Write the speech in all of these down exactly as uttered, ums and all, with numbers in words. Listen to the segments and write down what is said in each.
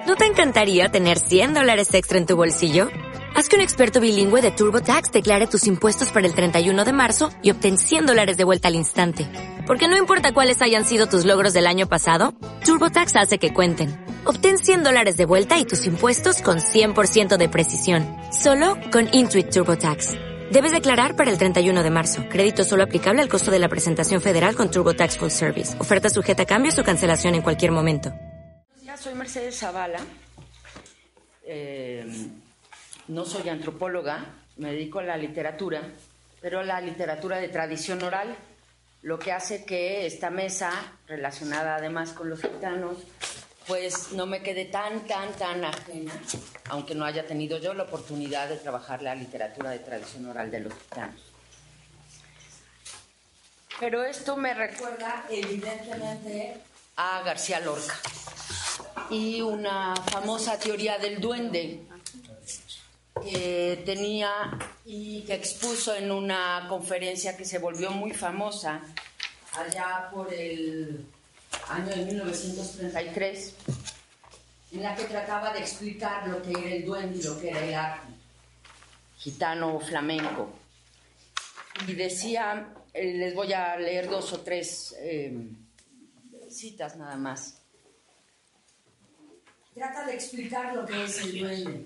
¿No te encantaría tener cien dólares extra en tu bolsillo? Haz que un experto bilingüe de TurboTax declare tus impuestos para el treinta y uno de marzo y obtén cien dólares de vuelta al instante. Porque no importa cuáles hayan sido tus logros del año pasado, TurboTax hace que cuenten. Obtén cien dólares de vuelta y tus impuestos con cien por ciento de precisión. Solo con Intuit TurboTax. Debes declarar para el treinta y uno de marzo. Crédito solo aplicable al costo de la presentación federal con TurboTax Full Service. Oferta sujeta a cambios o cancelación en cualquier momento. Soy Mercedes Zavala. Eh, no soy antropóloga, me dedico a la literatura, pero a la literatura de tradición oral, lo que hace que esta mesa, relacionada además con los gitanos, pues no me quede tan, tan, tan ajena, aunque no haya tenido yo la oportunidad de trabajar la literatura de tradición oral de los gitanos. Pero esto me recuerda evidentemente a García Lorca y una famosa teoría del duende que tenía y que expuso en una conferencia que se volvió muy famosa allá por el año de mil novecientos treinta y tres, en la que trataba de explicar lo que era el duende y lo que era el arte gitano o flamenco. Y decía, eh, les voy a leer dos o tres eh, citas nada más. Trata de explicar lo que es el duende.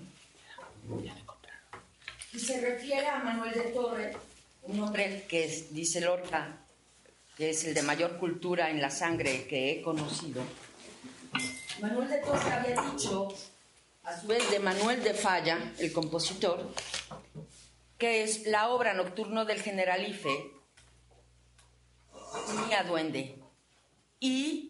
Y se refiere a Manuel de Torre, un hombre que es, dice Lorca, que es el de mayor cultura en la sangre que he conocido. Manuel de Torre había dicho, a su vez, de Manuel de Falla, el compositor, que es la obra Nocturno del Generalife, tenía duende. Y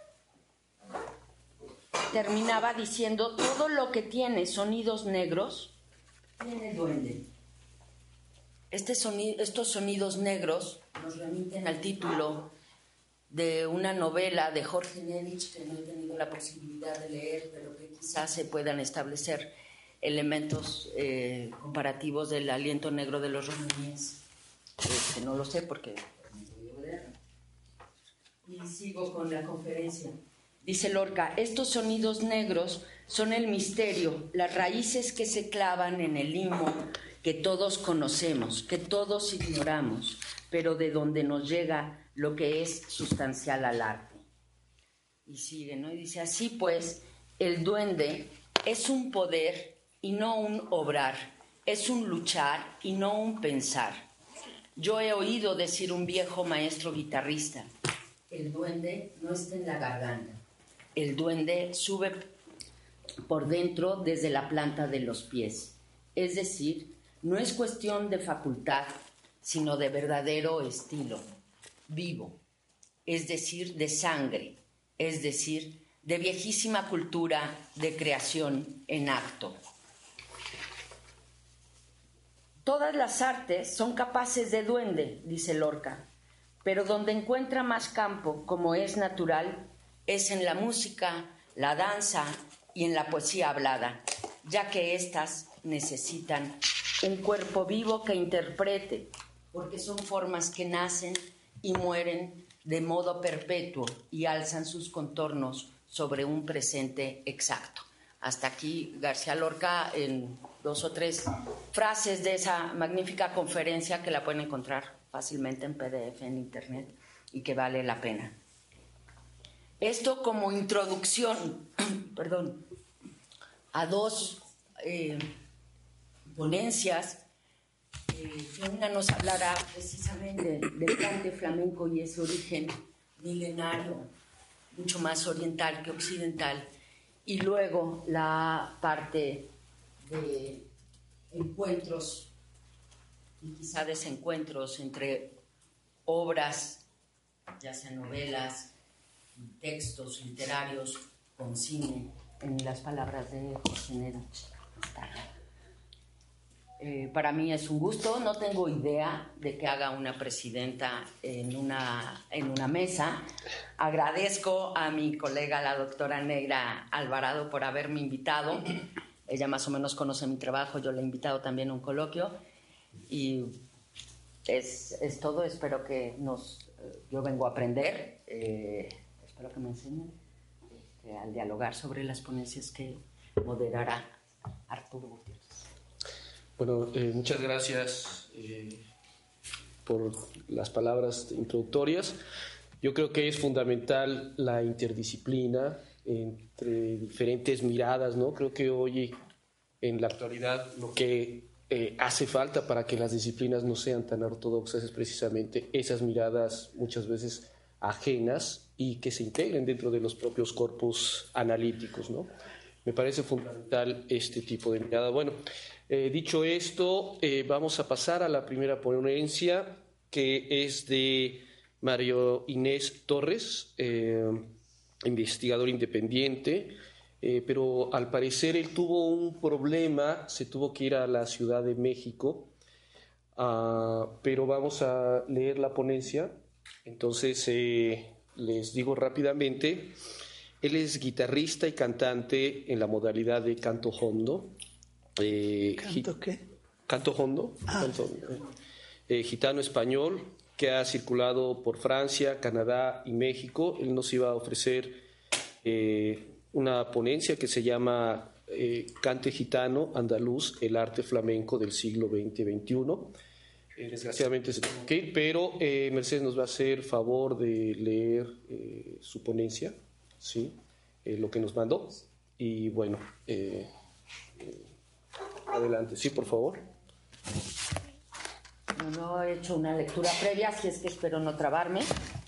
terminaba diciendo, todo lo que tiene sonidos negros tiene duende. Este sonido, estos sonidos negros nos remiten al título de una novela de Jorge Nenich que no he tenido la posibilidad de leer, pero que quizás se puedan establecer elementos eh, comparativos del aliento negro de los romaníes, que no lo sé porque no puedo leer. Y sigo con la conferencia. Dice Lorca, estos sonidos negros son el misterio, las raíces que se clavan en el limbo que todos conocemos, que todos ignoramos, pero de donde nos llega lo que es sustancial al arte. Y sigue, ¿no? Y dice, así pues, el duende es un poder y no un obrar, es un luchar y no un pensar. Yo he oído decir un viejo maestro guitarrista, el duende no está en la garganta. El duende sube por dentro desde la planta de los pies. Es decir, no es cuestión de facultad, sino de verdadero estilo, vivo. Es decir, de sangre. Es decir, de viejísima cultura de creación en acto. Todas las artes son capaces de duende, dice Lorca, pero donde encuentra más campo, como es natural, es en la música, la danza y en la poesía hablada, ya que éstas necesitan un cuerpo vivo que interprete, porque son formas que nacen y mueren de modo perpetuo y alzan sus contornos sobre un presente exacto. Hasta aquí García Lorca en dos o tres frases de esa magnífica conferencia que la pueden encontrar fácilmente en P D F en internet y que vale la pena. Esto como introducción, perdón, a dos eh, ponencias, eh, que una nos hablará precisamente del cante flamenco y ese origen milenario, mucho más oriental que occidental, y luego la parte de encuentros y quizá desencuentros entre obras, ya sean novelas, textos literarios con cine, en las palabras de Jorge Nenich. Eh, para mí es un gusto, no tengo idea de que haga una presidenta en una, en una mesa. Agradezco a mi colega, la doctora Neira Alvarado, por haberme invitado. Ella más o menos conoce mi trabajo, yo la he invitado también a un coloquio. Y es, es todo, espero que nos... Yo vengo a aprender, eh, espero que me enseñen. eh, al dialogar sobre las ponencias que moderará Arturo Gutiérrez. Bueno, eh, muchas gracias eh, por las palabras introductorias. Yo creo que es fundamental la interdisciplina entre diferentes miradas, ¿no? Creo que hoy, en la actualidad, lo que eh, hace falta para que las disciplinas no sean tan ortodoxas es precisamente esas miradas muchas veces ajenas y que se integren dentro de los propios corpus analíticos, ¿no? Me parece fundamental este tipo de mirada. Bueno, eh, dicho esto, eh, vamos a pasar a la primera ponencia, que es de Mario Inés Torres, eh, investigador independiente, eh, pero al parecer él tuvo un problema, se tuvo que ir a la Ciudad de México, uh, pero vamos a leer la ponencia. Entonces, eh, les digo rápidamente. Él es guitarrista y cantante en la modalidad de canto hondo. Eh, ¿Canto qué? Canto hondo. Ah. Canto, eh, gitano español, que ha circulado por Francia, Canadá y México. Él nos iba a ofrecer eh, una ponencia que se llama eh, Cante gitano andaluz, el arte flamenco del siglo veinte veintiuno. Eh, desgraciadamente se tuvo que ir, pero eh, Mercedes nos va a hacer favor de leer eh, su ponencia. Sí, eh, lo que nos mandó. Y bueno, eh, eh, adelante, sí, por favor. No, no he hecho una lectura previa, así es que espero no trabarme.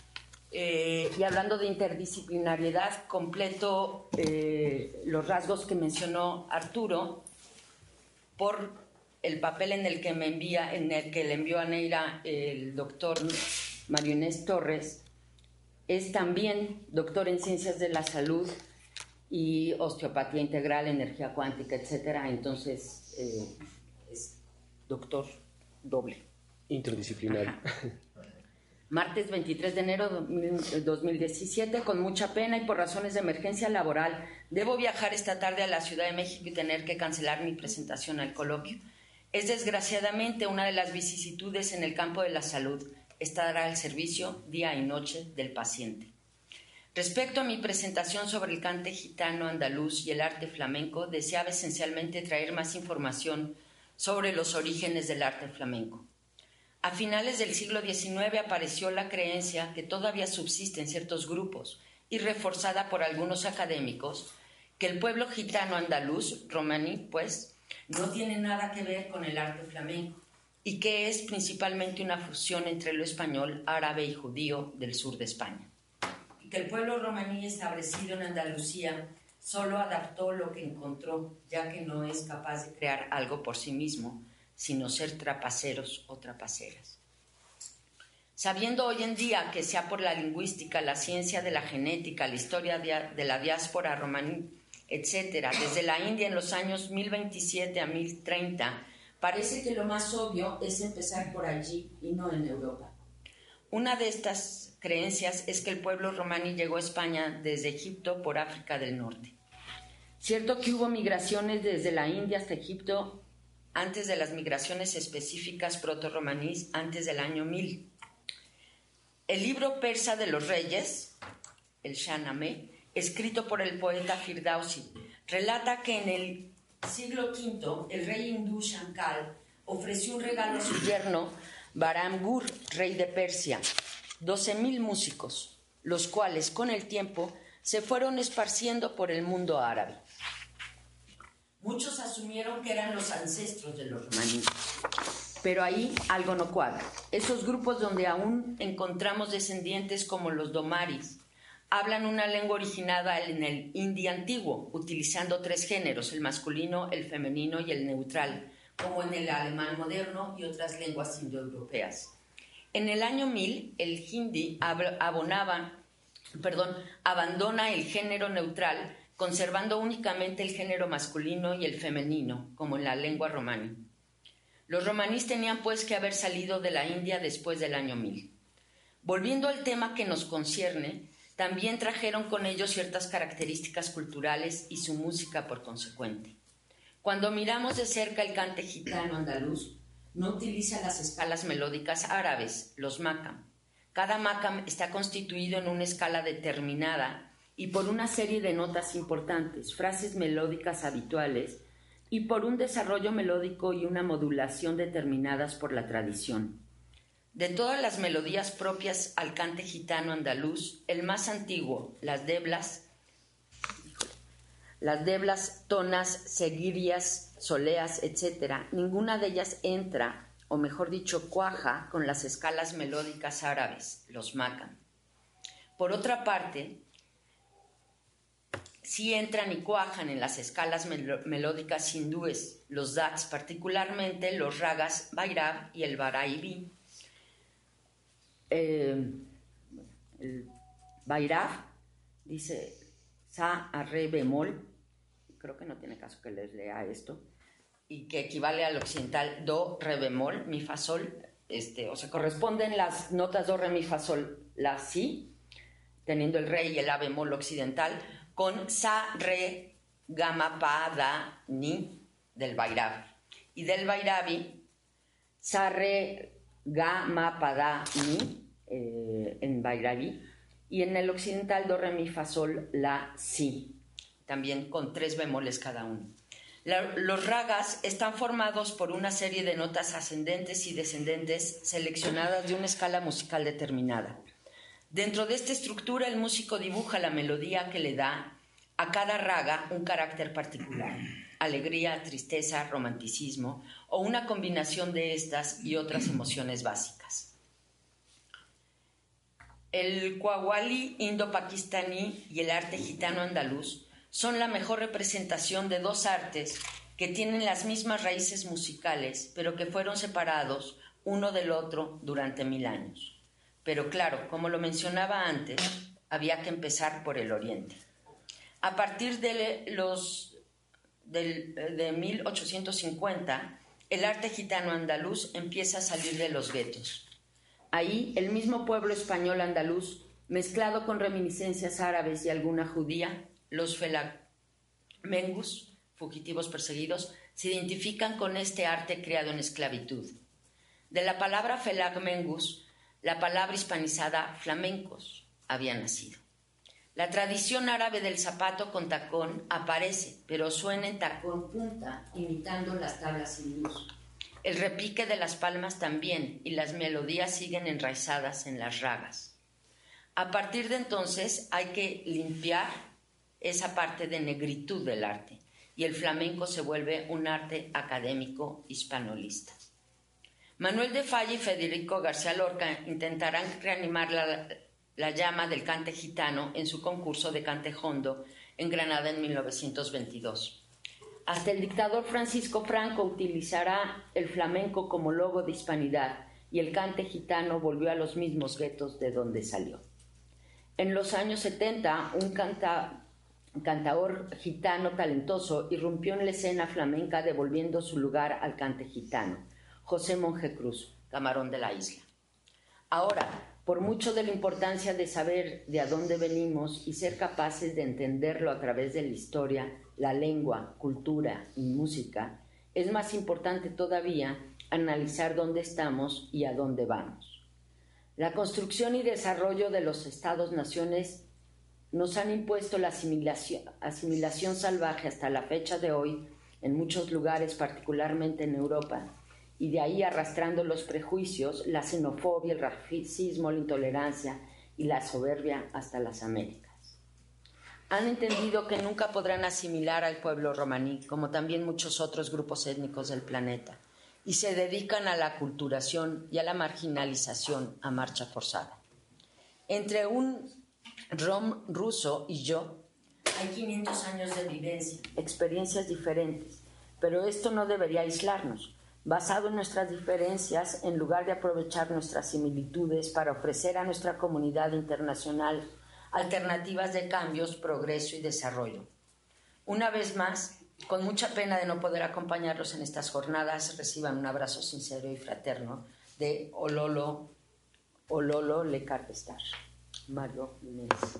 Eh, y hablando de interdisciplinariedad, completo eh, los rasgos que mencionó Arturo por el papel en el que me envía, en el que le envió a Neira el doctor Mario Inés Torres. Es también doctor en Ciencias de la Salud y Osteopatía Integral, Energía Cuántica, etcétera. Entonces, eh, es doctor doble. Interdisciplinario. Ajá. Martes veintitrés de enero de dos mil diecisiete, con mucha pena y por razones de emergencia laboral, debo viajar esta tarde a la Ciudad de México y tener que cancelar mi presentación al coloquio. Es desgraciadamente una de las vicisitudes en el campo de la salud. Estará al servicio día y noche del paciente. Respecto a mi presentación sobre el cante gitano andaluz y el arte flamenco, deseaba esencialmente traer más información sobre los orígenes del arte flamenco. A finales del siglo diecinueve apareció la creencia que todavía subsiste en ciertos grupos y reforzada por algunos académicos, que el pueblo gitano andaluz, romaní, pues, no tiene nada que ver con el arte flamenco, y que es principalmente una fusión entre lo español, árabe y judío del sur de España. Y que el pueblo romaní establecido en Andalucía solo adaptó lo que encontró, ya que no es capaz de crear algo por sí mismo, sino ser trapaceros o trapaceras. Sabiendo hoy en día que sea por la lingüística, la ciencia de la genética, la historia de la diáspora romaní, etcétera, desde la India en los años mil veintisiete a mil treinta, parece que lo más obvio es empezar por allí y no en Europa. Una de estas creencias es que el pueblo romaní llegó a España desde Egipto por África del Norte. Cierto que hubo migraciones desde la India hasta Egipto antes de las migraciones específicas proto-romaníes antes del año mil. El libro persa de los reyes, el Shahnameh, escrito por el poeta Firdausi, relata que en el siglo quinto, el rey hindú Shankal ofreció un regalo a su yerno Bahram-Gur, rey de Persia, doce mil músicos, los cuales con el tiempo se fueron esparciendo por el mundo árabe. Muchos asumieron que eran los ancestros de los romaníes, pero ahí algo no cuadra. Esos grupos donde aún encontramos descendientes como los domaris, hablan una lengua originada en el hindi antiguo, utilizando tres géneros, el masculino, el femenino y el neutral, como en el alemán moderno y otras lenguas indoeuropeas. En el año mil, el hindi abonaba, perdón, abandona el género neutral, conservando únicamente el género masculino y el femenino, como en la lengua romaní. Los romaníes tenían pues que haber salido de la India después del año mil. Volviendo al tema que nos concierne, también trajeron con ellos ciertas características culturales y su música por consecuente. Cuando miramos de cerca el cante gitano andaluz, no utiliza las escalas melódicas árabes, los makam. Cada makam está constituido en una escala determinada y por una serie de notas importantes, frases melódicas habituales y por un desarrollo melódico y una modulación determinadas por la tradición. De todas las melodías propias al cante gitano andaluz, el más antiguo, las deblas, las deblas, tonas, seguirias, soleas, etcétera, ninguna de ellas entra, o mejor dicho, cuaja con las escalas melódicas árabes, los makan. Por otra parte, sí entran y cuajan en las escalas mel- melódicas hindúes, los daks, particularmente los ragas Bhairav y el Bharaivi. Eh, el Bhairav dice sa a re bemol, creo que no tiene caso que les lea esto, y que equivale al occidental do re bemol, mi fa sol, este, o sea, corresponden las notas do re mi fa sol, la si, teniendo el re y el la bemol occidental, con sa re gama pa da ni del Bhairav, y del Bhairavi sa re ga, ma, pa, da, mi, eh, en Bhairavi, y en el occidental do, re, mi, fa, sol, la, si, también con tres bemoles cada uno. La, los ragas están formados por una serie de notas ascendentes y descendentes seleccionadas de una escala musical determinada. Dentro de esta estructura, el músico dibuja la melodía que le da a cada raga un carácter particular, alegría, tristeza, romanticismo o una combinación de estas y otras emociones básicas. El qawwali indo-pakistaní y el arte gitano andaluz son la mejor representación de dos artes que tienen las mismas raíces musicales, pero que fueron separados uno del otro durante mil años. Pero claro, como lo mencionaba antes, había que empezar por el oriente. A partir de, los, de, de mil ochocientos cincuenta, el arte gitano andaluz empieza a salir de los guetos. Ahí, el mismo pueblo español andaluz, mezclado con reminiscencias árabes y alguna judía, los felagmengus, fugitivos perseguidos, se identifican con este arte creado en esclavitud. De la palabra felagmengus, la palabra hispanizada flamencos había nacido. La tradición árabe del zapato con tacón aparece, pero suena en tacón punta, imitando las tablas hindús. El repique de las palmas también, y las melodías siguen enraizadas en las ragas. A partir de entonces hay que limpiar esa parte de negritud del arte, y el flamenco se vuelve un arte académico hispanolista. Manuel de Falla y Federico García Lorca intentarán reanimar la, la llama del cante gitano en su concurso de cante jondo en Granada en mil novecientos veintidós. Hasta el dictador Francisco Franco utilizará el flamenco como logo de hispanidad y el cante gitano volvió a los mismos guetos de donde salió. En los años setenta, un canta, cantaor gitano talentoso irrumpió en la escena flamenca devolviendo su lugar al cante gitano, José Monje Cruz, camarón de la isla. Ahora, por mucho de la importancia de saber de a dónde venimos y ser capaces de entenderlo a través de la historia, la lengua, cultura y música, es más importante todavía analizar dónde estamos y a dónde vamos. La construcción y desarrollo de los estados-naciones nos han impuesto la asimilación, asimilación salvaje hasta la fecha de hoy en muchos lugares, particularmente en Europa, y de ahí arrastrando los prejuicios, la xenofobia, el racismo, la intolerancia y la soberbia hasta las Américas. Han entendido que nunca podrán asimilar al pueblo romaní, como también muchos otros grupos étnicos del planeta, y se dedican a la aculturación y a la marginalización a marcha forzada. Entre un rom ruso y yo hay quinientos años de vivencia, experiencias diferentes, pero esto no debería aislarnos. Basado en nuestras diferencias, en lugar de aprovechar nuestras similitudes para ofrecer a nuestra comunidad internacional alternativas de cambios, progreso y desarrollo. Una vez más, con mucha pena de no poder acompañarlos en estas jornadas, reciban un abrazo sincero y fraterno de Ololo, Ololo Le Carpestar, Mario Méndez.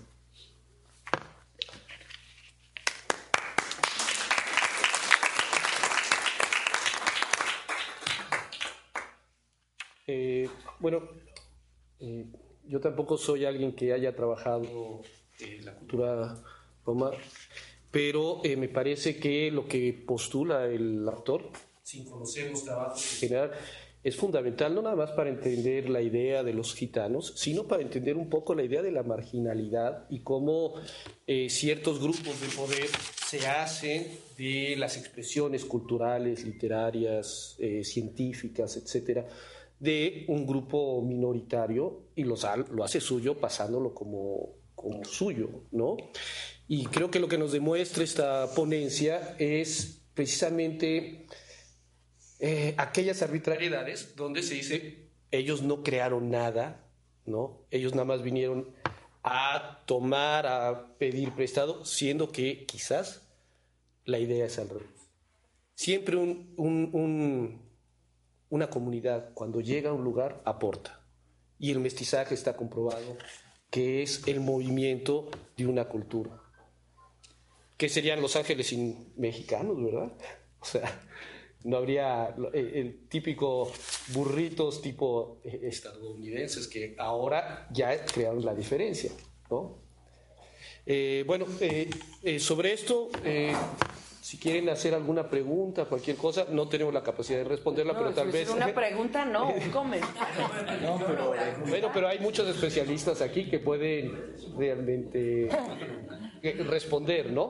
Eh, bueno, eh, yo tampoco soy alguien que haya trabajado eh, la cultura roma, pero eh, me parece que lo que postula el autor, sin conocer los trabajos en general, es fundamental no nada más para entender la idea de los gitanos, sino para entender un poco la idea de la marginalidad y cómo eh, ciertos grupos de poder se hacen de las expresiones culturales, literarias, eh, científicas, etcétera, de un grupo minoritario y los, lo hace suyo pasándolo como, como suyo, ¿no? Y creo que lo que nos demuestra esta ponencia es precisamente eh, aquellas arbitrariedades donde se dice ellos no crearon nada, ¿no? Ellos nada más vinieron a tomar, a pedir prestado, siendo que quizás la idea es al revés. Siempre un, un, un, una comunidad, cuando llega a un lugar, aporta. Y el mestizaje está comprobado que es el movimiento de una cultura. ¿Qué serían Los Ángeles sin mexicanos, verdad? O sea, no habría el, el típico burritos tipo estadounidenses que ahora ya crearon la diferencia, ¿no? Eh, bueno, eh, eh, sobre esto, eh, si quieren hacer alguna pregunta, cualquier cosa, no tenemos la capacidad de responderla, no, pero tal vez... Una pregunta, no, un comentario. No, pero, bueno, pero hay muchos especialistas aquí que pueden realmente responder, ¿no?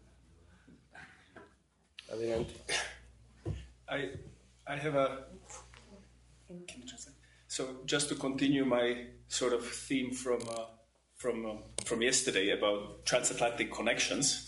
Adelante. I, I have a... So just to continue my sort of theme from uh, from uh, from yesterday about transatlantic connections.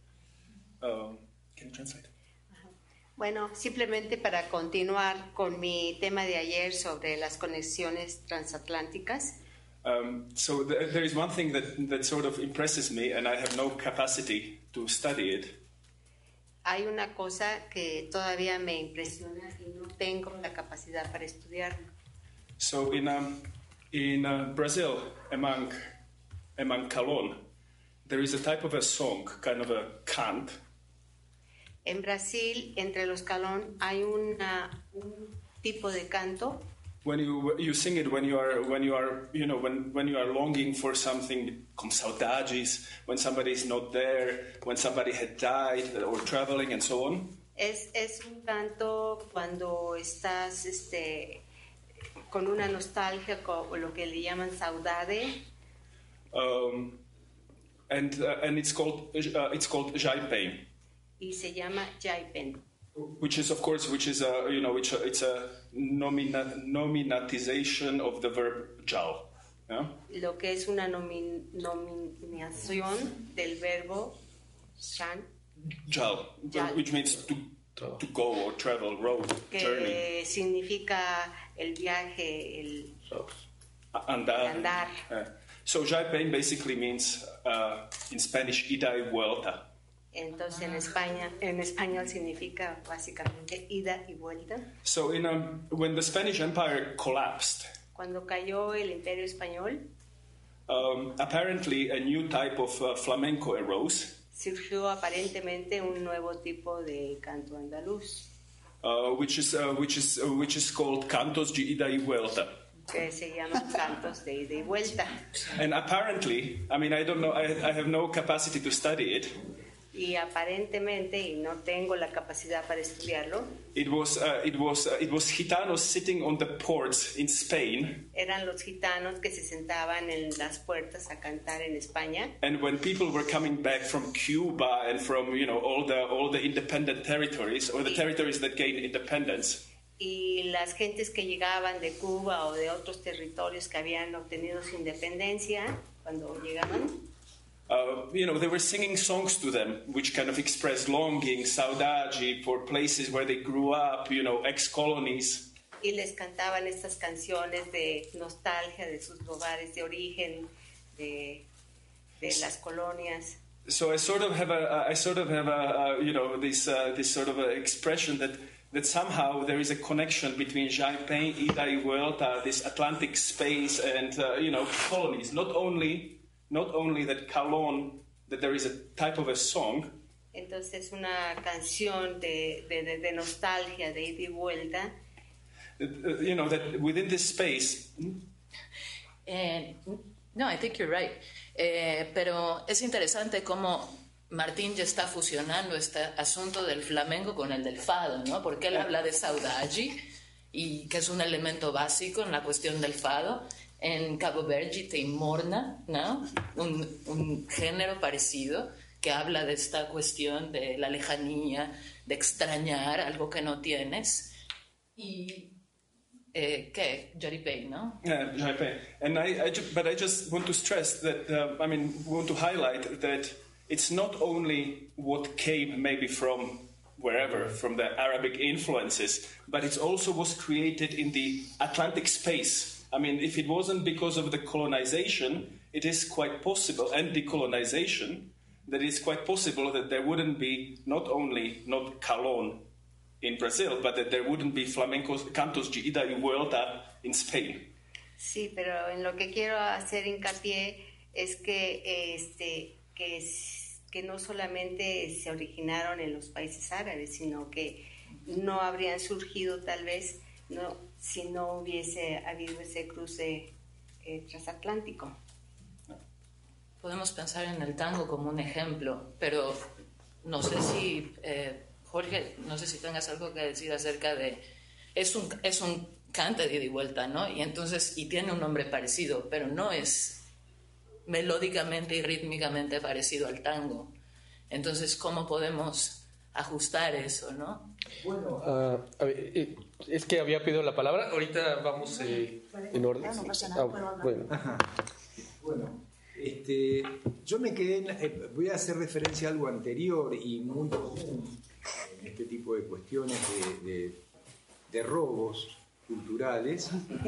Um, can you translate? Bueno, simplemente para continuar con mi tema de ayer sobre las conexiones transatlánticas. Um, so th- there is one thing that that sort of impresses me, and I have no capacity to study it. Hay una cosa que todavía me impresiona y no tengo la capacidad para estudiarlo. So in um, in uh, Brazil, among among Calon, there is a type of a song, kind of a cant. En Brasil, entre los Calón, hay una, un tipo de canto. When you you sing it when you are when you are you know when when you are longing for something, com saudades, when somebody is not there, when somebody had died or traveling and so on. Es es un canto cuando estás este con una nostalgia, con lo que le llaman saudade. Um, and uh, and it's called uh, it's called Jaipen. Y se llama Jaipen. Which is, of course, which is a, you know, which a, it's a nomina, nominatization of the verb jal. Yeah? Lo que es una nomin, nominación del verbo shan. Jal, jal, which means to, to go or travel, road, que journey. Que significa el viaje, el andar. andar. Uh, so Jaipen basically means, uh, in Spanish, ida y vuelta. Entonces en España, en español significa básicamente ida y vuelta. So in um, when the Spanish Empire collapsed, cuando cayó el Imperio Español, um, apparently a new type of uh, flamenco arose. Surgió aparentemente un nuevo tipo de canto andaluz. Uh, which is uh, which is uh, which is called cantos de ida y vuelta. Que se llaman cantos de ida y vuelta. And apparently, I mean, I don't know, I, I have no capacity to study it. Y aparentemente, y no tengo la capacidad para estudiarlo, it was uh, it was uh, it was gitanos sitting on the ports in Spain. Eran los gitanos que se sentaban en las puertas a cantar en España. And when people were coming back from Cuba and from, you know, all the all the independent territories or the y, territories that gained independence. Y las gentes que llegaban de Cuba o de otros territorios que habían obtenido su independencia, cuando llegaban, Uh, you know, they were singing songs to them which kind of expressed longing, saudade for places where they grew up, you know, ex-colonies. Y les cantaban estas canciones de nostalgia de sus lugares de origen, de, de las colonias. So I sort of have a, I sort of have a, uh, you know, this uh, this sort of a expression that that somehow there is a connection between Jaipen, ida y vuelta, this Atlantic space, and uh, you know, colonies. Not only Not only that Calon, that there is a type of a song. Entonces una canción de, de, de nostalgia, de ida y vuelta. Uh, you know, that within this space. Eh, No, I think you're right. Eh, pero es interesante cómo Martín ya está fusionando este asunto del flamenco con el del fado, ¿no? Porque él habla de saudade, y que es un elemento básico en la cuestión del fado. En Cabo Verde tem morna, ¿no? Un, un género parecido que habla de esta cuestión de la lejanía, de extrañar algo que no tienes. Y Eh, ¿qué? Jaripei, ¿no? Yeah, Jaripei. And I, I ju- but I just want to stress that, uh, I mean, want to highlight that it's not only what came maybe from wherever, from the Arabic influences, but it also was created in the Atlantic space. I mean, if it wasn't because of the colonization, it is quite possible, and decolonization, that it's quite possible that there wouldn't be not only not Calón in Brazil, but that there wouldn't be flamencos, cantos de ida y vuelta in Spain. Sí, pero en lo que quiero hacer hincapié es que, este, que, que no solamente se originaron en los países árabes, sino que no habrían surgido tal vez no, si no hubiese habido ese cruce eh, transatlántico. Podemos pensar en el tango como un ejemplo, pero no sé si... Eh, Jorge, no sé si tengas algo que decir acerca de... Es un, es un cante de ida y vuelta, ¿no? Y entonces, y tiene un nombre parecido, pero no es melódicamente y rítmicamente parecido al tango. Entonces, ¿cómo podemos ajustar eso, no? Bueno, uh, a ver, eh, es que había pedido la palabra. Ahorita vamos eh, en orden. No pasa nada, ah, bueno. Ajá. Bueno, este, yo me quedé... En, eh, voy a hacer referencia a algo anterior y muy común en este tipo de cuestiones de, de, de robos culturales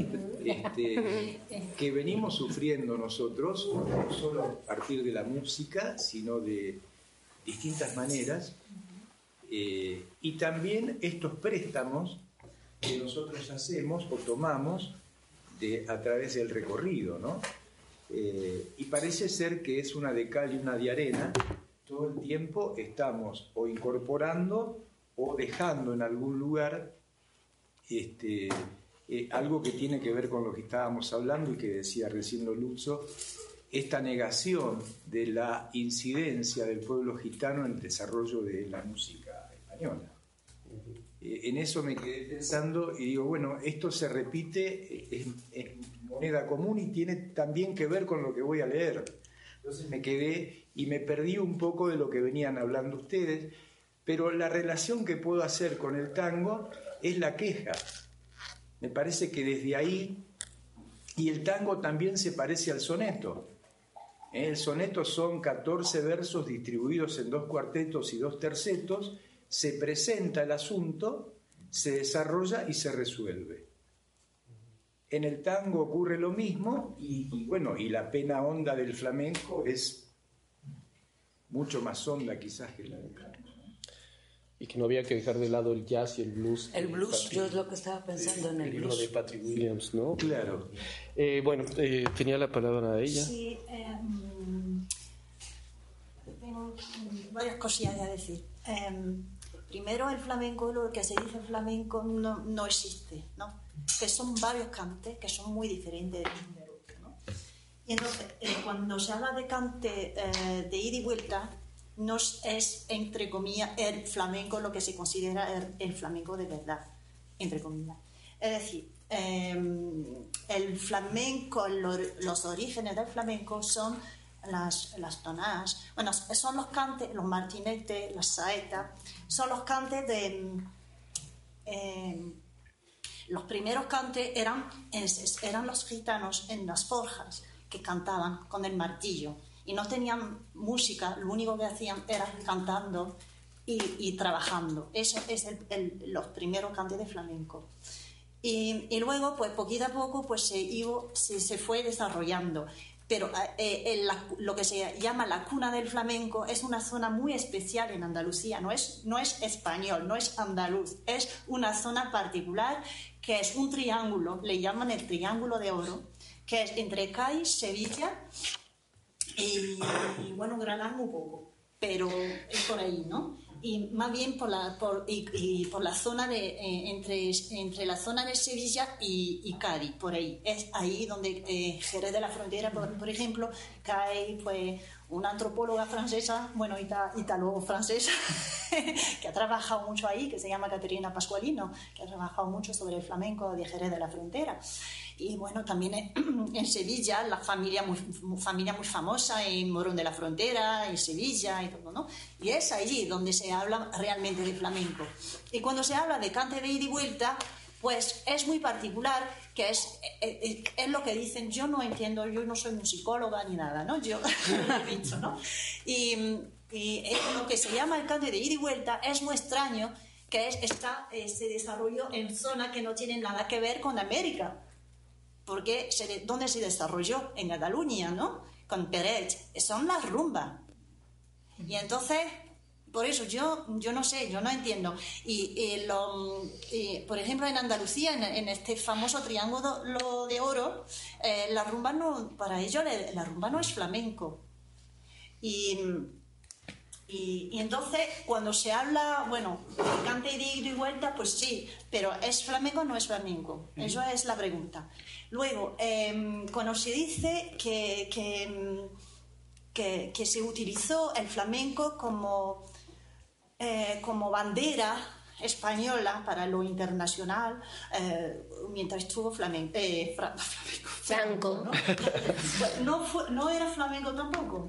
este, que venimos sufriendo nosotros, no solo a partir de la música, sino de distintas maneras, eh, y también estos préstamos que nosotros hacemos o tomamos de, a través del recorrido, ¿no? Eh, y parece ser que es una de cal y una de arena. Todo el tiempo estamos o incorporando o dejando en algún lugar este, eh, algo que tiene que ver con lo que estábamos hablando y que decía recién Loluzo, esta negación de la incidencia del pueblo gitano en el desarrollo de la música española. Eh, en eso me quedé pensando y digo, bueno, esto se repite en, en moneda común y tiene también que ver con lo que voy a leer. Entonces me quedé y me perdí un poco de lo que venían hablando ustedes, pero la relación que puedo hacer con el tango es la queja. Me parece que desde ahí, y el tango también se parece al soneto. El soneto son catorce versos distribuidos en dos cuartetos y dos tercetos, se presenta el asunto, se desarrolla y se resuelve. En el tango ocurre lo mismo y, y bueno, y la pena honda del flamenco es mucho más honda quizás que la del tango. Y que no había que dejar de lado el jazz y el blues. El blues, yo es lo que estaba pensando en el, el libro blues. de Patrick Williams, ¿no? Claro. Eh, bueno, eh, tenía la palabra ella. Sí, eh, tengo varias cosillas a decir. Eh, primero, el flamenco, lo que se dice flamenco no, no existe, ¿no? Que son varios cantes que son muy diferentes de uno del otro, ¿no? Y entonces, eh, cuando se habla de cante eh, de ida y vuelta, no es, entre comillas, el flamenco lo que se considera el, el flamenco de verdad, entre comillas. Es decir, eh, el flamenco, lo, los orígenes del flamenco son las, las tonadas, bueno, son los cantes, los martinetes, las saetas, son los cantes de... Eh, los primeros cantes eran, eran los gitanos en las forjas que cantaban con el martillo. Y no tenían música, lo único que hacían era cantando y, y trabajando. Eso es el, el, los primeros cantes de flamenco. Y, y luego, pues poquito a poco, pues se, iba, se, se fue desarrollando. Pero eh, la, lo que se llama la cuna del flamenco es una zona muy especial en Andalucía. No es, no es español, no es andaluz. Es una zona particular que es un triángulo, le llaman el Triángulo de Oro, que es entre Cádiz, Sevilla... Y, y bueno, Granada un poco, pero es por ahí, ¿no? y más bien por la, por, y, y por la zona de, eh, entre, entre la zona de Sevilla y, y Cádiz, por ahí. Es ahí donde eh, Jerez de la Frontera, por, por ejemplo, cae pues una antropóloga francesa, bueno, ita, italo-francesa, que ha trabajado mucho ahí, que se llama Caterina Pascualino, que ha trabajado mucho sobre el flamenco de Jerez de la Frontera. Y bueno, también en Sevilla, la familia muy, familia muy famosa en Morón de la Frontera, en Sevilla y todo, ¿no? Y es allí donde se habla realmente de flamenco. Y cuando se habla de cante de ida y vuelta, pues es muy particular, que es, es, es lo que dicen, yo no entiendo, yo no soy musicóloga ni nada, ¿no? Yo lo he dicho, ¿no? Y, y lo que se llama el cante de ida y vuelta es muy extraño, que es, está, eh, se desarrolló en zonas que no tienen nada que ver con América. Porque se, ¿dónde se desarrolló? En Cataluña, ¿no? Con Peret. Son las rumbas. Y entonces, por eso yo, yo no sé, yo no entiendo. Y, y lo, y, por ejemplo, en Andalucía, en, en este famoso triángulo de oro, eh, la rumba no, para ellos la rumba no es flamenco. Y... Y, y entonces, cuando se habla, bueno, de cante de ida y vuelta, pues sí, pero ¿es flamenco o no es flamenco? Eso es la pregunta. Luego, eh, cuando se dice que, que, que, que se utilizó el flamenco como, eh, como bandera española para lo internacional, eh, mientras estuvo flamenco, eh, fra, flamenco, Franco, ¿no? No, fue, no era flamenco tampoco.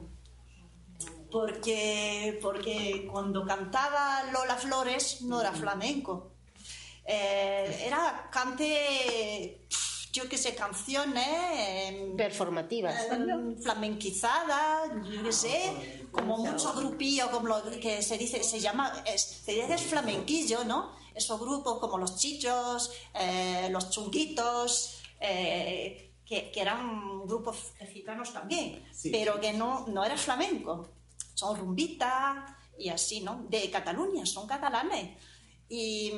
Porque, porque cuando cantaba Lola Flores no era flamenco, eh, era cante, yo qué sé, canciones eh, performativas, eh, flamenquizadas, yo qué sé, como muchos grupillos, como lo que se dice, se llama, es, se dice que es flamenquillo, ¿no? Esos grupos como los chichos, eh, los chunguitos, eh, que, que eran grupos gitanos también, sí, pero sí, que no, no era flamenco. Son rumbitas y así, ¿no? De Cataluña, son catalanes. Y,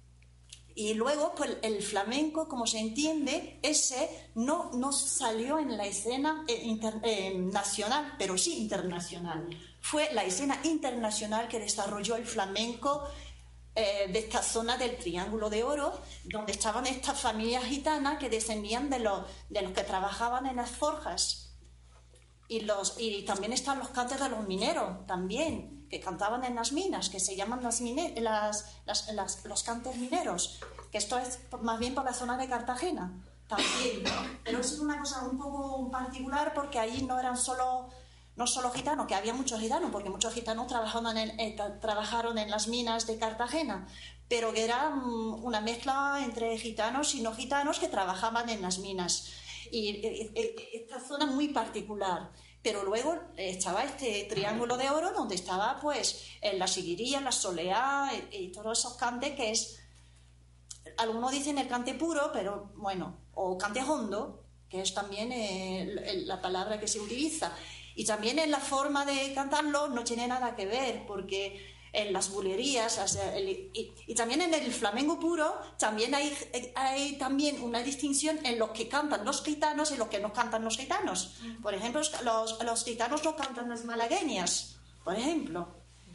y luego, pues el flamenco, como se entiende, ese no, no salió en la escena inter, eh, nacional, pero sí internacional. Fue la escena internacional que desarrolló el flamenco eh, de esta zona del Triángulo de Oro, donde estaban estas familias gitanas que descendían de los, de los que trabajaban en las forjas. Y, los, y también están los cantes de los mineros, también, que cantaban en las minas, que se llaman las mine, las, las, las, los cantes mineros, que esto es más bien por la zona de Cartagena, también. Pero es una cosa un poco particular porque allí no eran solo, no solo gitanos, que había muchos gitanos, porque muchos gitanos trabajaban en, eh, trabajaron en las minas de Cartagena, pero que era um, una mezcla entre gitanos y no gitanos que trabajaban en las minas. Y esta zona muy particular, pero luego estaba este Triángulo de Oro donde estaba pues la siguiría, la soleá y, y todos esos cantes que es, algunos dicen el cante puro, pero bueno, o cante hondo, que es también eh, la palabra que se utiliza, y también en la forma de cantarlo no tiene nada que ver, porque en las bulerías, o sea, el, y, y también en el flamenco puro también hay, hay también una distinción en los que cantan los gitanos y los que no cantan los gitanos. Por ejemplo, los, los gitanos no cantan las malagueñas, por ejemplo.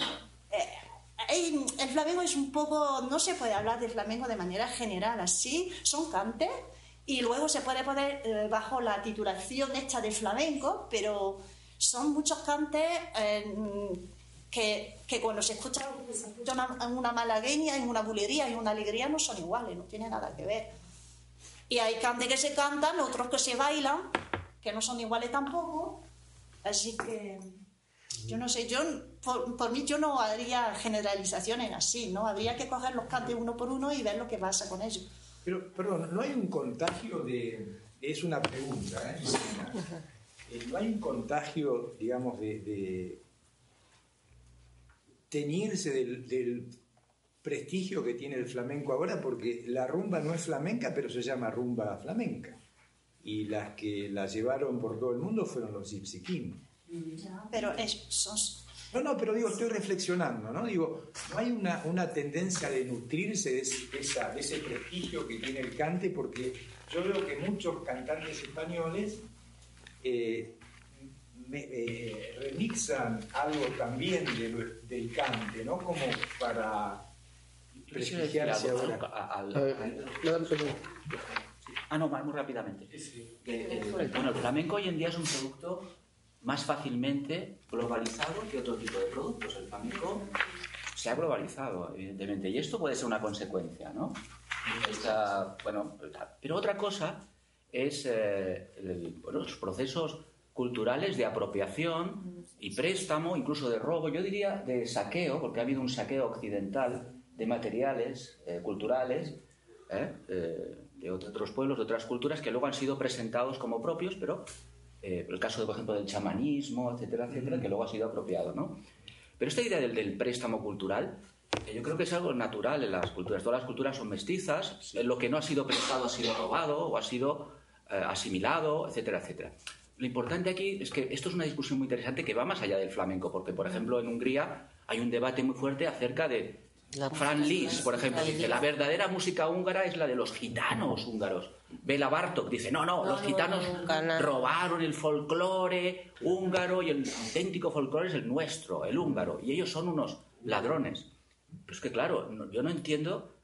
Eh, el flamenco es un poco, no se puede hablar de flamenco de manera general, así, son cantes, y luego se puede poner eh, bajo la titulación esta de flamenco, pero son muchos cantes... Eh, Que, que cuando se escucha, se escucha una, una malagueña, en una bulería, en una alegría, no son iguales, no tiene nada que ver. Y hay cantes que se cantan, otros que se bailan, que no son iguales tampoco. Así que, yo no sé, yo por, por mí yo no haría generalizaciones así, ¿no? Habría que coger los cantes uno por uno y ver lo que pasa con ellos. Pero, perdón, ¿no hay un contagio de...? Es una pregunta, ¿eh? ¿No hay un contagio, digamos, de... de teñirse del, del prestigio que tiene el flamenco ahora? Porque la rumba no es flamenca, pero se llama rumba flamenca. Y las que la llevaron por todo el mundo fueron los Gypsy Kings. Pero es, son... No, no, pero digo, estoy reflexionando, ¿no? Digo, ¿no hay una, una tendencia de nutrirse de ese, de, esa, de ese prestigio que tiene el cante? Porque yo veo que muchos cantantes españoles... Eh, me, eh, remixan algo también de lo, del cante, ¿no? Como para prestigiarse ahora. Ah, no, muy rápidamente. Eh, eh, bueno, el flamenco hoy en día es un producto más fácilmente globalizado que otro tipo de productos. El flamenco se ha globalizado, evidentemente, y esto puede ser una consecuencia, ¿no? Esta, bueno, pero otra cosa es eh, el, bueno, los procesos culturales de apropiación y préstamo, incluso de robo, yo diría de saqueo, porque ha habido un saqueo occidental de materiales eh, culturales eh, eh, de otros pueblos, de otras culturas, que luego han sido presentados como propios, pero eh, el caso, de, por ejemplo, del chamanismo, etcétera, etcétera, que luego ha sido apropiado, ¿no? Pero esta idea del, del préstamo cultural, eh, yo creo que es algo natural en las culturas. Todas las culturas son mestizas, sí. eh, lo que no ha sido prestado ha sido robado o ha sido eh, asimilado, etcétera, etcétera. Lo importante aquí es que esto es una discusión muy interesante que va más allá del flamenco, porque, por ejemplo, en Hungría hay un debate muy fuerte acerca de Franz Liszt, por ejemplo, dice la verdadera música húngara es la de los gitanos húngaros. Bela Bartók dice, no, no, los gitanos robaron el folclore húngaro y el auténtico folclore es el nuestro, el húngaro, y ellos son unos ladrones. Pero es que, claro, no, yo no entiendo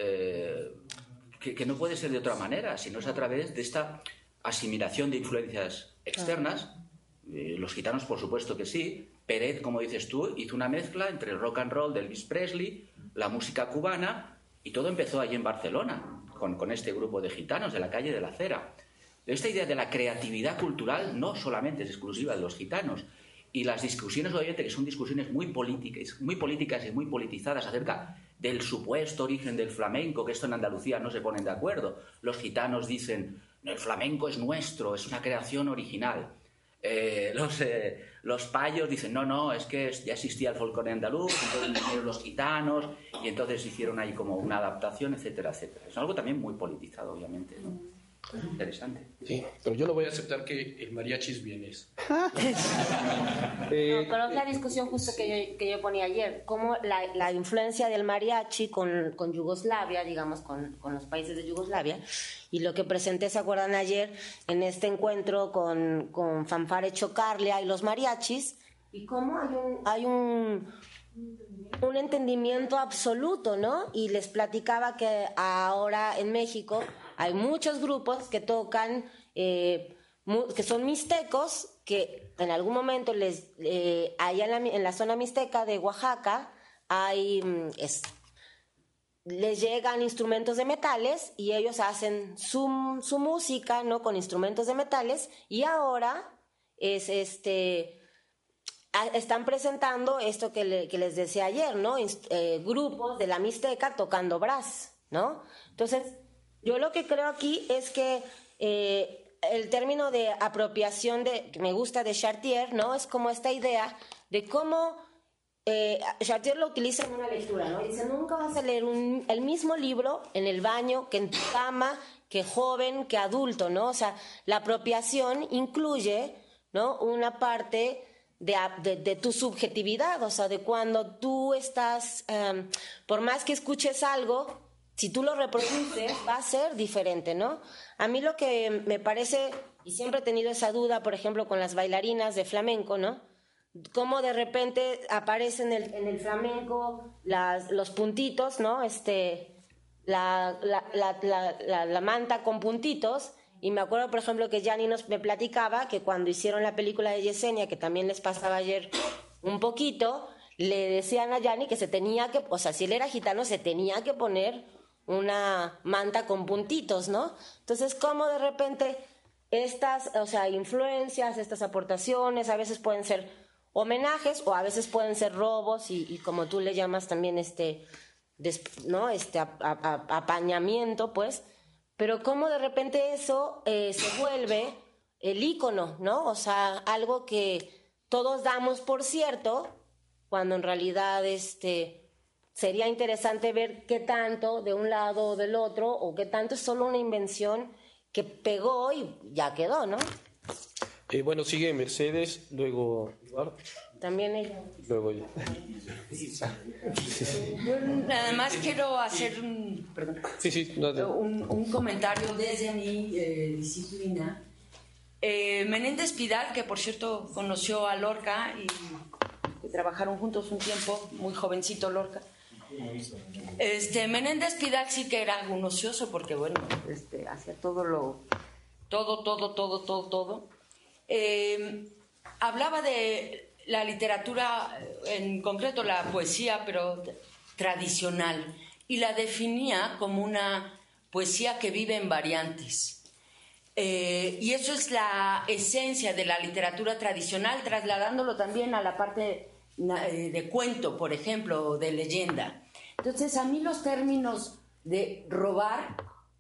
eh, que, que no puede ser de otra manera, sino es a través de esta asimilación de influencias externas. Eh, los gitanos, por supuesto que sí. Pérez, como dices tú, hizo una mezcla entre el rock and roll de Elvis Presley, la música cubana, y todo empezó allí en Barcelona, con, con este grupo de gitanos de la calle de la Cera. Esta idea de la creatividad cultural no solamente es exclusiva de los gitanos, y las discusiones, obviamente, que son discusiones muy políticas, muy políticas y muy politizadas acerca del supuesto origen del flamenco, que esto en Andalucía no se ponen de acuerdo. Los gitanos dicen, el flamenco es nuestro, es una creación original. Eh, los, eh, los payos dicen, no, no, es que ya existía el folclore andaluz, entonces vinieron los gitanos y entonces hicieron ahí como una adaptación, etcétera, etcétera. Es algo también muy politizado, obviamente, ¿no? Es interesante. Sí, pero yo no voy a aceptar que el mariachi es vienés. eh, no, pero es la discusión justo que yo, que yo ponía ayer, cómo la, la influencia del mariachi con, con Yugoslavia, digamos, con, con los países de Yugoslavia, y lo que presenté, ¿se acuerdan ayer? En este encuentro con, con Fanfare Chocarlia y los mariachis, y cómo hay un... Hay un un entendimiento absoluto, ¿no? Y les platicaba que ahora en México hay muchos grupos que tocan, eh, mu- que son mixtecos, que en algún momento les, eh, allá en la, en la zona mixteca de Oaxaca, hay, es, les llegan instrumentos de metales y ellos hacen su, su música, ¿no? Con instrumentos de metales, y ahora es este... están presentando esto que, le, que les decía ayer, ¿no? Inst- eh, grupos de la Mixteca tocando brass, ¿no? Entonces, yo lo que creo aquí es que eh, el término de apropiación de, que me gusta de Chartier, ¿no? Es como esta idea de cómo eh, Chartier lo utiliza en una lectura, ¿no? Dice, nunca vas a leer un, el mismo libro en el baño que en tu cama, que joven, que adulto, ¿no? O sea, la apropiación incluye, ¿no? Una parte De, de, de tu subjetividad, o sea, de cuando tú estás, um, por más que escuches algo, si tú lo reproduces, va a ser diferente, ¿no? A mí lo que me parece, y siempre he tenido esa duda, por ejemplo, con las bailarinas de flamenco, ¿no? Cómo de repente aparecen en el, en el flamenco las, los puntitos, ¿no? Este, la, la, la, la, la, la manta con puntitos. Y me acuerdo, por ejemplo, que Gianni nos me platicaba que cuando hicieron la película de Yesenia, que también les pasaba ayer un poquito, le decían a Gianni que se tenía que, o sea, si él era gitano, se tenía que poner una manta con puntitos, ¿no? Entonces, cómo de repente estas, o sea, influencias, estas aportaciones, a veces pueden ser homenajes o a veces pueden ser robos y, y como tú le llamas también este, des, ¿no? Este a, a, a, apañamiento, pues. Pero cómo de repente eso eh, se vuelve el ícono, ¿no? O sea, algo que todos damos por cierto, cuando en realidad este, sería interesante ver qué tanto de un lado o del otro, o qué tanto es solo una invención que pegó y ya quedó, ¿no? Eh, bueno, sigue Mercedes, luego Eduardo. También ella. Luego yo. Yo nada más quiero hacer un, perdón, sí, sí, no, no. un, un comentario desde mi eh, disciplina, Eh, Menéndez Pidal, que por cierto conoció a Lorca y que trabajaron juntos un tiempo, muy jovencito Lorca. Este, Menéndez Pidal sí que era un ocioso porque, bueno, este, hacía todo lo... Todo, todo, todo, todo, todo. Eh, hablaba de la literatura, en concreto la poesía, pero tradicional, y la definía como una poesía que vive en variantes. Eh, y eso es la esencia de la literatura tradicional, trasladándolo también a la parte de cuento, por ejemplo, o de leyenda. Entonces, a mí los términos de robar,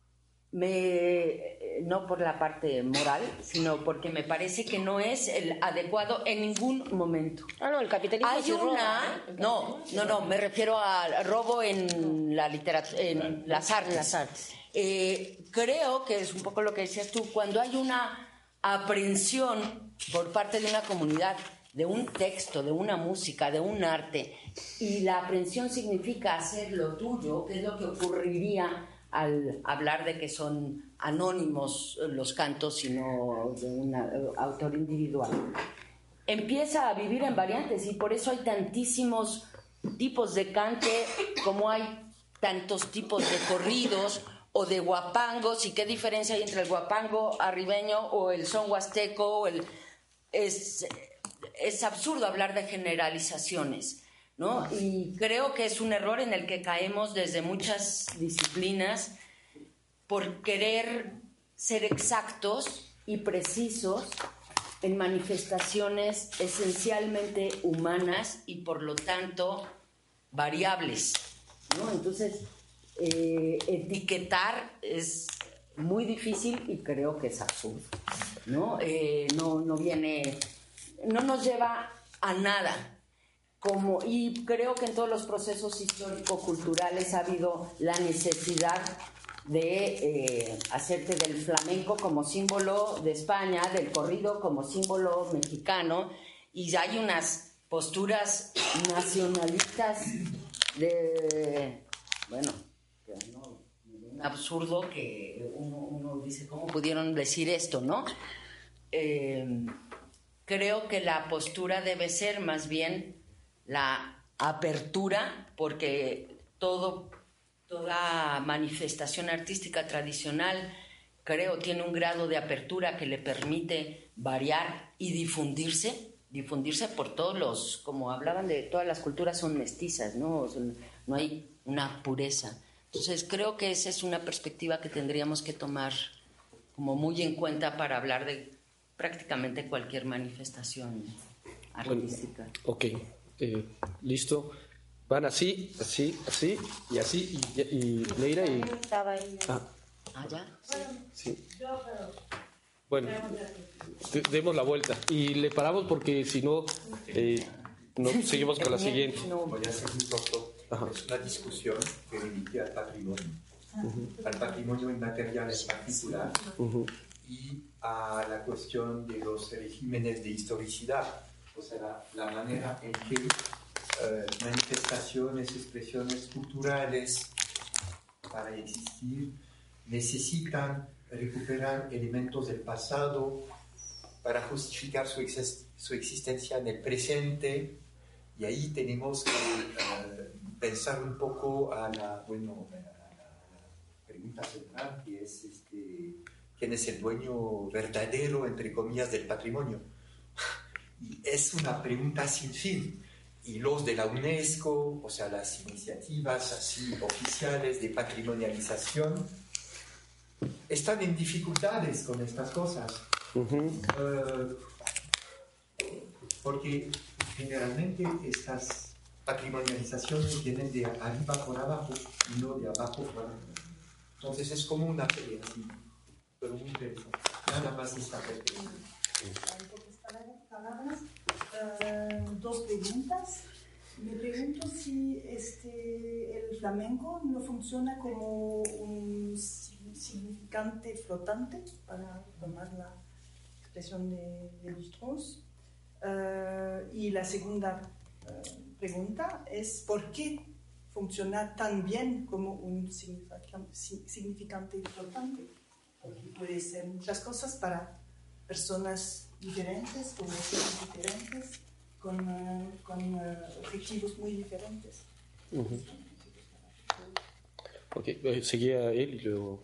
me, no por la parte moral, sino porque me parece que no es el adecuado en ningún momento. Ah, no, el capitalismo Hay sí una... roba, ¿eh? No, no, no, me refiero al robo en la literatura, en las artes. Las artes. Eh, creo que es un poco lo que decías tú, cuando hay una aprehensión por parte de una comunidad de un texto, de una música, de un arte, y la aprehensión significa hacer lo tuyo, que es lo que ocurriría al hablar de que son anónimos los cantos y no de un autor individual. Empieza a vivir en variantes y por eso hay tantísimos tipos de cante como hay tantos tipos de corridos o de guapangos, y qué diferencia hay entre el guapango arribeño o el son huasteco o el... es, es absurdo hablar de generalizaciones, ¿no? Y creo que es un error en el que caemos desde muchas disciplinas por querer ser exactos y precisos en manifestaciones esencialmente humanas y por lo tanto variables, ¿no? Entonces, eh, etiquetar es muy difícil y creo que es absurdo, ¿no? Eh, no, no viene, no nos lleva a nada. Como, y creo que en todos los procesos histórico-culturales ha habido la necesidad de eh, hacerte del flamenco como símbolo de España, del corrido como símbolo mexicano, y hay unas posturas nacionalistas de, bueno, que no, un absurdo que uno, uno dice, ¿cómo pudieron decir esto, no? Eh, creo que la postura debe ser más bien la apertura, porque todo, toda manifestación artística tradicional, creo, tiene un grado de apertura que le permite variar y difundirse, difundirse por todos los, como hablaban de todas las culturas son mestizas, ¿no? Son, no hay una pureza. Entonces creo que esa es una perspectiva que tendríamos que tomar como muy en cuenta para hablar de prácticamente cualquier manifestación artística. Bueno, ok. Eh, listo, van así, así, así y así y, y Leira y ah. ¿Ah, ya? Sí. Bueno, de, demos la vuelta y le paramos porque si no, eh, no seguimos con la siguiente. Voy a hacer un poco. Es una discusión que remite al patrimonio, uh-huh. al patrimonio inmaterial en particular, uh-huh. y a la cuestión de los regímenes de historicidad. O sea, la, la manera en que eh, manifestaciones, expresiones culturales, para existir, necesitan recuperar elementos del pasado para justificar su, ex- su existencia en el presente, y ahí tenemos que eh, pensar un poco a la, bueno, a la, a la pregunta central, que es este, ¿quién es el dueño verdadero, entre comillas, del patrimonio? Y es una pregunta sin fin. Y los de la UNESCO, o sea, las iniciativas así oficiales de patrimonialización, están en dificultades con estas cosas. Uh-huh. Uh, porque generalmente estas patrimonializaciones vienen de arriba por abajo y no de abajo por arriba. Entonces es como una pelea, así, pero muy interesante. Nada más esta pelea. Palabras, uh, dos preguntas. Me pregunto si este, el flamenco no funciona como un significante flotante, para tomar la expresión de, de Lévi-Strauss. Uh, y la segunda uh, pregunta es ¿por qué funciona tan bien como un significante, significante flotante? Porque puede ser muchas cosas para personas diferentes, con emociones diferentes, con, uh, con uh, objetivos muy diferentes. Uh-huh. Ok, eh, seguía él y luego...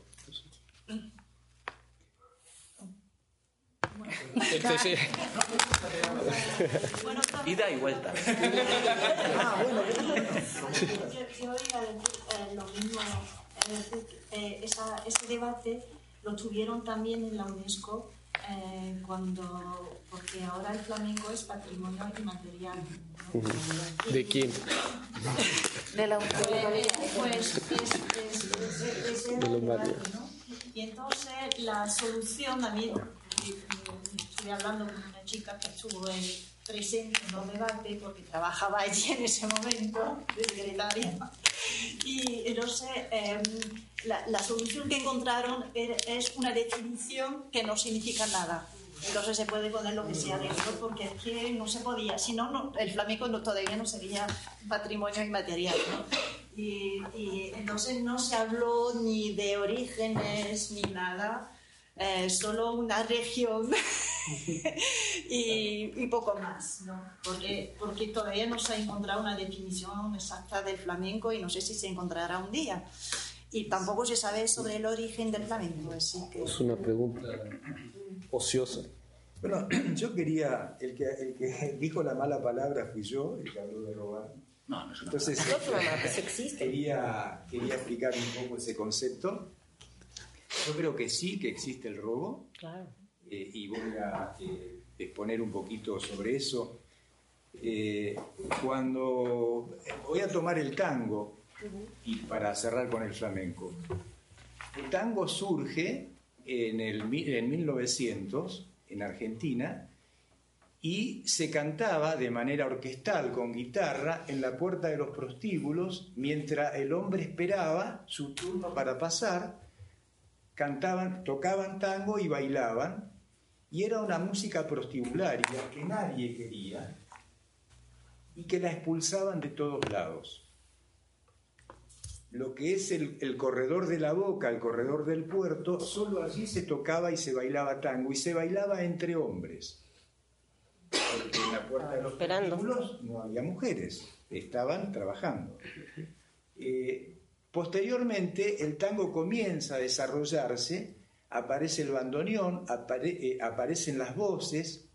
Entonces, bueno, ida y vuelta. Ah, bueno, yo, yo iba a decir eh, lo mismo. Es decir, eh, esa, ese debate lo tuvieron también en la UNESCO eh, cuando, porque ahora el flamenco es patrimonio inmaterial, ¿no? Uh-huh. ¿De quién? De la eh, pues es, es, es, es, es de los debate, ¿no? Y entonces la solución también, estuve hablando con una chica que estuvo en, presente en los debates porque trabajaba allí en ese momento de secretaria, y entonces eh, la, la solución que encontraron es una definición que no significa nada. Entonces se puede poner lo que sea dentro porque es que no se podía, si no, no el flamenco no, todavía no sería patrimonio inmaterial, ¿no? Y, y entonces no se habló ni de orígenes ni nada, eh, solo una región y, y poco más, ¿no? Porque, porque todavía no se ha encontrado una definición exacta del flamenco y no sé si se encontrará un día. Y tampoco se sabe sobre el origen del flamenco, así que... Es una pregunta ociosa. Bueno, yo quería, el que, el que dijo la mala palabra fui yo, el que habló de robar. No, no es una Entonces, palabra. Eso existe. Quería, quería explicar un poco ese concepto. Yo creo que sí, que existe el robo. Claro. Eh, y voy a eh, exponer un poquito sobre eso. Eh, cuando voy a tomar el tango, y para cerrar con el flamenco. El tango surge en, el, en mil novecientos, en Argentina, y se cantaba de manera orquestal, con guitarra, en la puerta de los prostíbulos, mientras el hombre esperaba su turno para pasar, cantaban, tocaban tango y bailaban, y era una música prostibularia que nadie quería, y que la expulsaban de todos lados. Lo que es el, el corredor de la Boca, el corredor del puerto, solo allí se tocaba y se bailaba tango, y se bailaba entre hombres. Porque en la puerta de los prostíbulos no había mujeres, estaban trabajando. Eh, posteriormente el tango comienza a desarrollarse, aparece el bandoneón, apare, eh, aparecen las voces,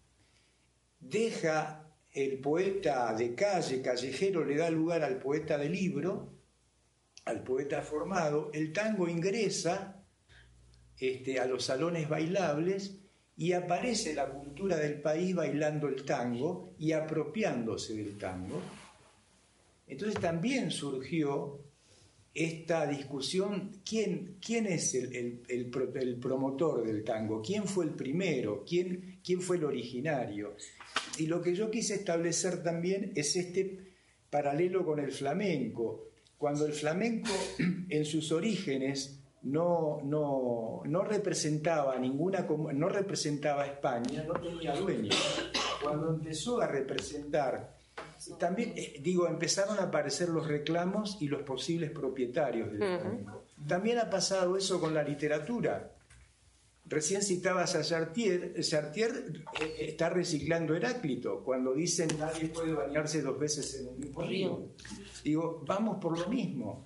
deja el poeta de calle, callejero, le da lugar al poeta de libro, al poeta formado, el tango ingresa este, a los salones bailables y aparece la cultura del país bailando el tango y apropiándose del tango. Entonces también surgió esta discusión, ¿quién, quién es el, el, el, el promotor del tango? ¿Quién fue el primero? ¿Quién, quién fue el originario? Y lo que yo quise establecer también es este paralelo con el flamenco. Cuando el flamenco en sus orígenes no, no, no representaba ninguna, no representaba a España, no tenía dueño. Cuando empezó a representar, también eh, digo, empezaron a aparecer los reclamos y los posibles propietarios del flamenco. También ha pasado eso con la literatura. Recién citabas a Chartier. Chartier eh, está reciclando Heráclito cuando dicen nadie puede bañarse dos veces en un mismo río. Digo, vamos por lo mismo.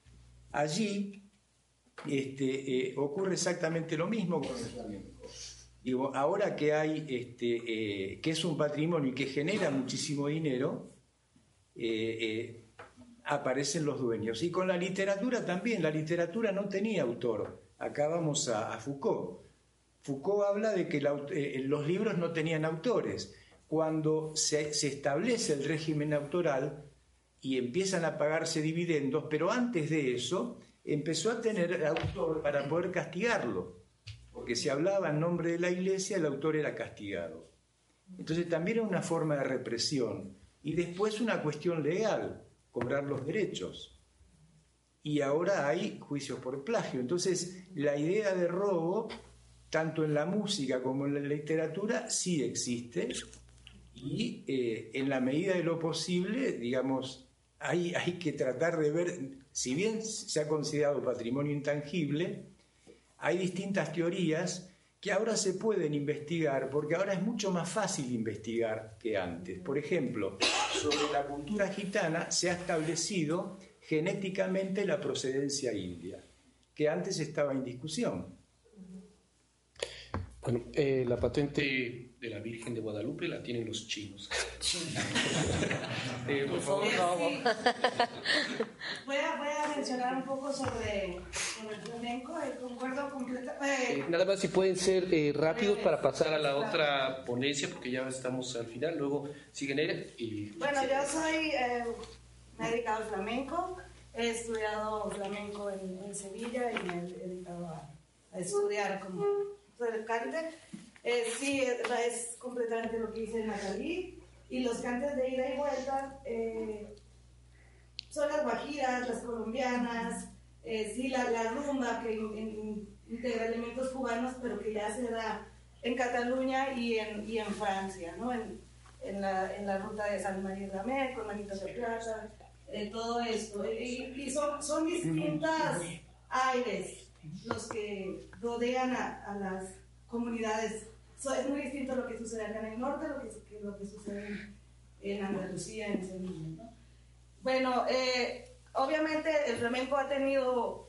Allí este, eh, ocurre exactamente lo mismo con el flamenco. Digo, ahora que hay, este, eh, que es un patrimonio y que genera muchísimo dinero, eh, eh, aparecen los dueños. Y con la literatura también. La literatura no tenía autor. Acá vamos a, a Foucault. Foucault habla de que la, eh, los libros no tenían autores. Cuando se, se establece el régimen autoral y empiezan a pagarse dividendos, pero antes de eso empezó a tener autor para poder castigarlo, porque si hablaba en nombre de la Iglesia el autor era castigado. Entonces también era una forma de represión y después una cuestión legal, cobrar los derechos. Y ahora hay juicios por plagio. Entonces la idea de robo, tanto en la música como en la literatura, sí existe y eh, en la medida de lo posible, digamos, Hay, hay que tratar de ver, si bien se ha considerado patrimonio intangible, hay distintas teorías que ahora se pueden investigar, porque ahora es mucho más fácil investigar que antes. Por ejemplo, sobre la cultura gitana se ha establecido genéticamente la procedencia india, que antes estaba en discusión. Bueno, eh, la patente de la Virgen de Guadalupe la tienen los chinos. eh, por favor. Sí. Voy, a, voy a mencionar un poco sobre, sobre el flamenco, eh, concuerdo completamente. Eh, nada más si pueden ser eh, rápidos para pasar a la otra ponencia, porque ya estamos al final, luego sigue Neira. Y... Bueno, yo soy, eh, me he dedicado al flamenco, he estudiado flamenco en, en Sevilla y me he dedicado a, a estudiar como el cante. Eh, sí, es, es completamente lo que dice Nathalie, y los cantes de ida y vuelta eh, son las guajiras, las colombianas, eh, sí, la, la rumba que in, in, integra elementos cubanos, pero que ya se da en Cataluña y en, y en Francia, ¿no? En, en, la, en la ruta de San María de Mer, con Manitos de Plata, eh, todo esto. Y, y son, son distintas aires los que rodean a, a las comunidades. So, es muy distinto lo que sucede acá en el norte, lo que, que lo que sucede en, en Andalucía, en Sevilla, ¿no? Bueno, eh, obviamente el flamenco ha tenido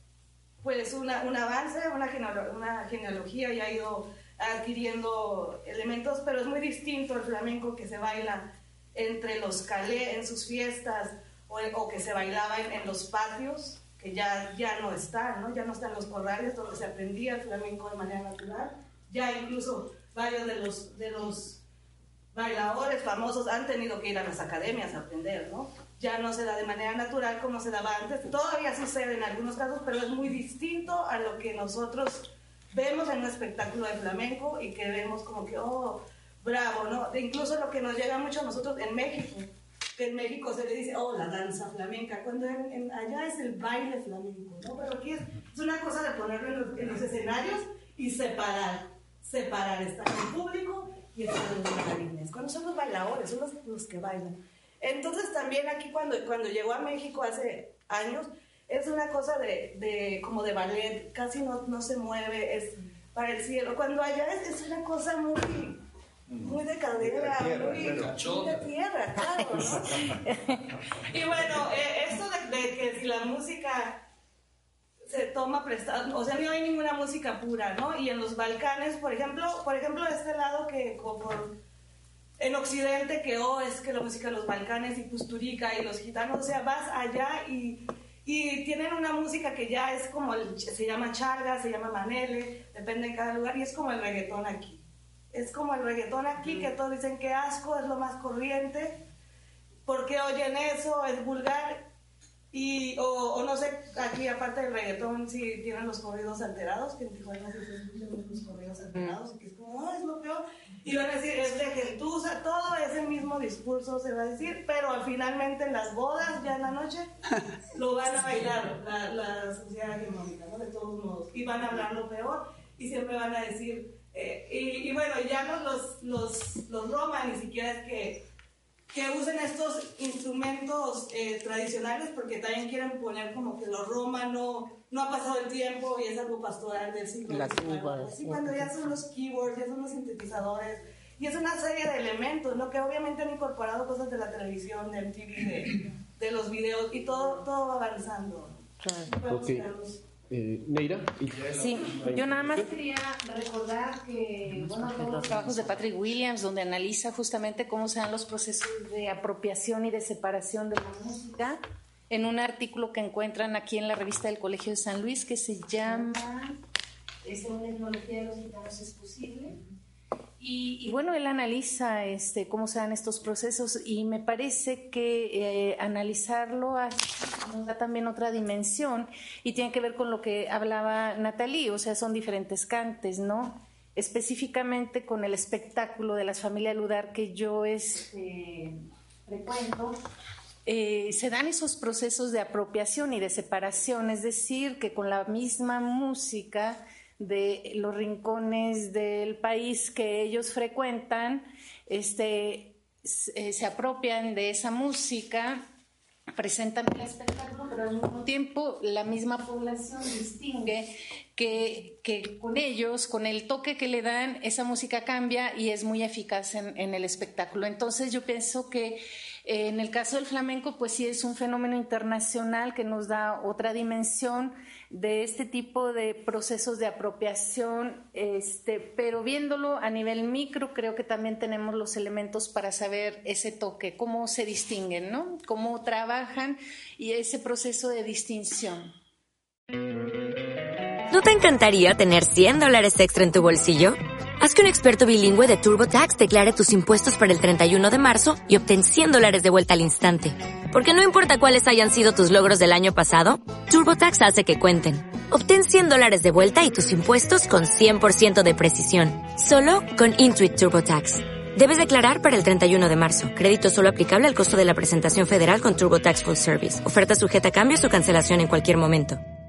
pues una, un avance, una, genealogía, una genealogía y ha ido adquiriendo elementos, pero es muy distinto el flamenco que se baila entre los calés, en sus fiestas, o, o que se bailaba en, en los patios, que ya, ya no están, ¿no? Ya no están los corrales donde se aprendía el flamenco de manera natural. Ya incluso varios de los, de los bailadores famosos han tenido que ir a las academias a aprender, ¿no? Ya no se da de manera natural como se daba antes. Todavía sucede en algunos casos, pero es muy distinto a lo que nosotros vemos en un espectáculo de flamenco y que vemos como que, oh, bravo, ¿no? De incluso lo que nos llega mucho a nosotros en México, que en México se le dice, oh, la danza flamenca, cuando en, en, allá es el baile flamenco, ¿no? Pero aquí es, es una cosa de ponerlo en los, en los escenarios y separar, separar, estar en el público y estar en los bailarines. Cuando son los bailadores, son los, los que bailan. Entonces también aquí cuando, cuando llegó a México hace años, es una cosa de, de como de ballet, casi no, no se mueve, es para el cielo. Cuando allá es, es una cosa muy... muy de cadera, muy, muy de tierra, claro, ¿no? Y bueno, eh, esto de, de que si la música se toma prestada, o sea, no hay ninguna música pura, ¿no? Y en los Balcanes, por ejemplo, por ejemplo, de este lado que como en Occidente, que oh, es que la música de los Balcanes y Kusturica y los gitanos, o sea, vas allá y, y tienen una música que ya es como, el, se llama charga, se llama manele, depende de cada lugar, y es como el reggaetón aquí. Es como el reggaetón aquí, que todos dicen que asco, es lo más corriente, porque oyen eso, es vulgar, y, o, o no sé, aquí aparte del reggaetón, si tienen los corridos alterados, que en Tijuana sí se escuchan los corridos alterados, que es como, oh, es lo peor, y van a decir, es de gentuza, todo ese mismo discurso se va a decir, pero finalmente en las bodas, ya en la noche, lo van a bailar la, la sociedad hegemónica, ¿no? De todos modos, y van a hablar lo peor, y siempre van a decir... Eh, y, y bueno, ya no los, los, los Roma ni siquiera es que, que usen estos instrumentos eh, tradicionales, porque también quieren poner como que los Roma no, no ha pasado el tiempo y es algo pastoral del siglo diecinueve. Así cuando ya son los keyboards, ya son los sintetizadores, y es una serie de elementos, ¿no? Que obviamente han incorporado cosas de la televisión, de M T V, de, de los videos, y todo, todo va avanzando. Claro. Okay. Eh, Neira. Sí, yo nada más quería recordar que, bueno, todos los trabajos de Patrick Williams, donde analiza justamente cómo se dan los procesos de apropiación y de separación de la música, en un artículo que encuentran aquí en la revista del Colegio de San Luis, que se llama ¿Es una etnología de los gitanos es posible? Y, y bueno, él analiza este, cómo se dan estos procesos, y me parece que eh, analizarlo así nos da también otra dimensión, y tiene que ver con lo que hablaba Nathalie, o sea, son diferentes cantes, ¿no? Específicamente con el espectáculo de las familias Ludar que yo este, frecuento, eh, se dan esos procesos de apropiación y de separación, es decir, que con la misma música de los rincones del país que ellos frecuentan, este, se, se apropian de esa música presentan el espectáculo, pero al mismo tiempo la misma población distingue que, que con ellos, con el toque que le dan, esa música cambia y es muy eficaz en, en el espectáculo. Entonces yo pienso que eh, en el caso del flamenco, pues sí es un fenómeno internacional que nos da otra dimensión de este tipo de procesos de apropiación, este, pero viéndolo a nivel micro, creo que también tenemos los elementos para saber ese toque, cómo se distinguen, ¿no? Cómo trabajan y ese proceso de distinción. ¿No te encantaría tener cien dólares extra en tu bolsillo? Haz que un experto bilingüe de TurboTax declare tus impuestos para el treinta y uno de marzo y obtén cien dólares de vuelta al instante. Porque no importa cuáles hayan sido tus logros del año pasado, TurboTax hace que cuenten. Obtén cien dólares de vuelta y tus impuestos con cien por ciento de precisión. Solo con Intuit TurboTax. Debes declarar para el treinta y uno de marzo. Crédito solo aplicable al costo de la presentación federal con TurboTax Full Service. Oferta sujeta a cambios o cancelación en cualquier momento.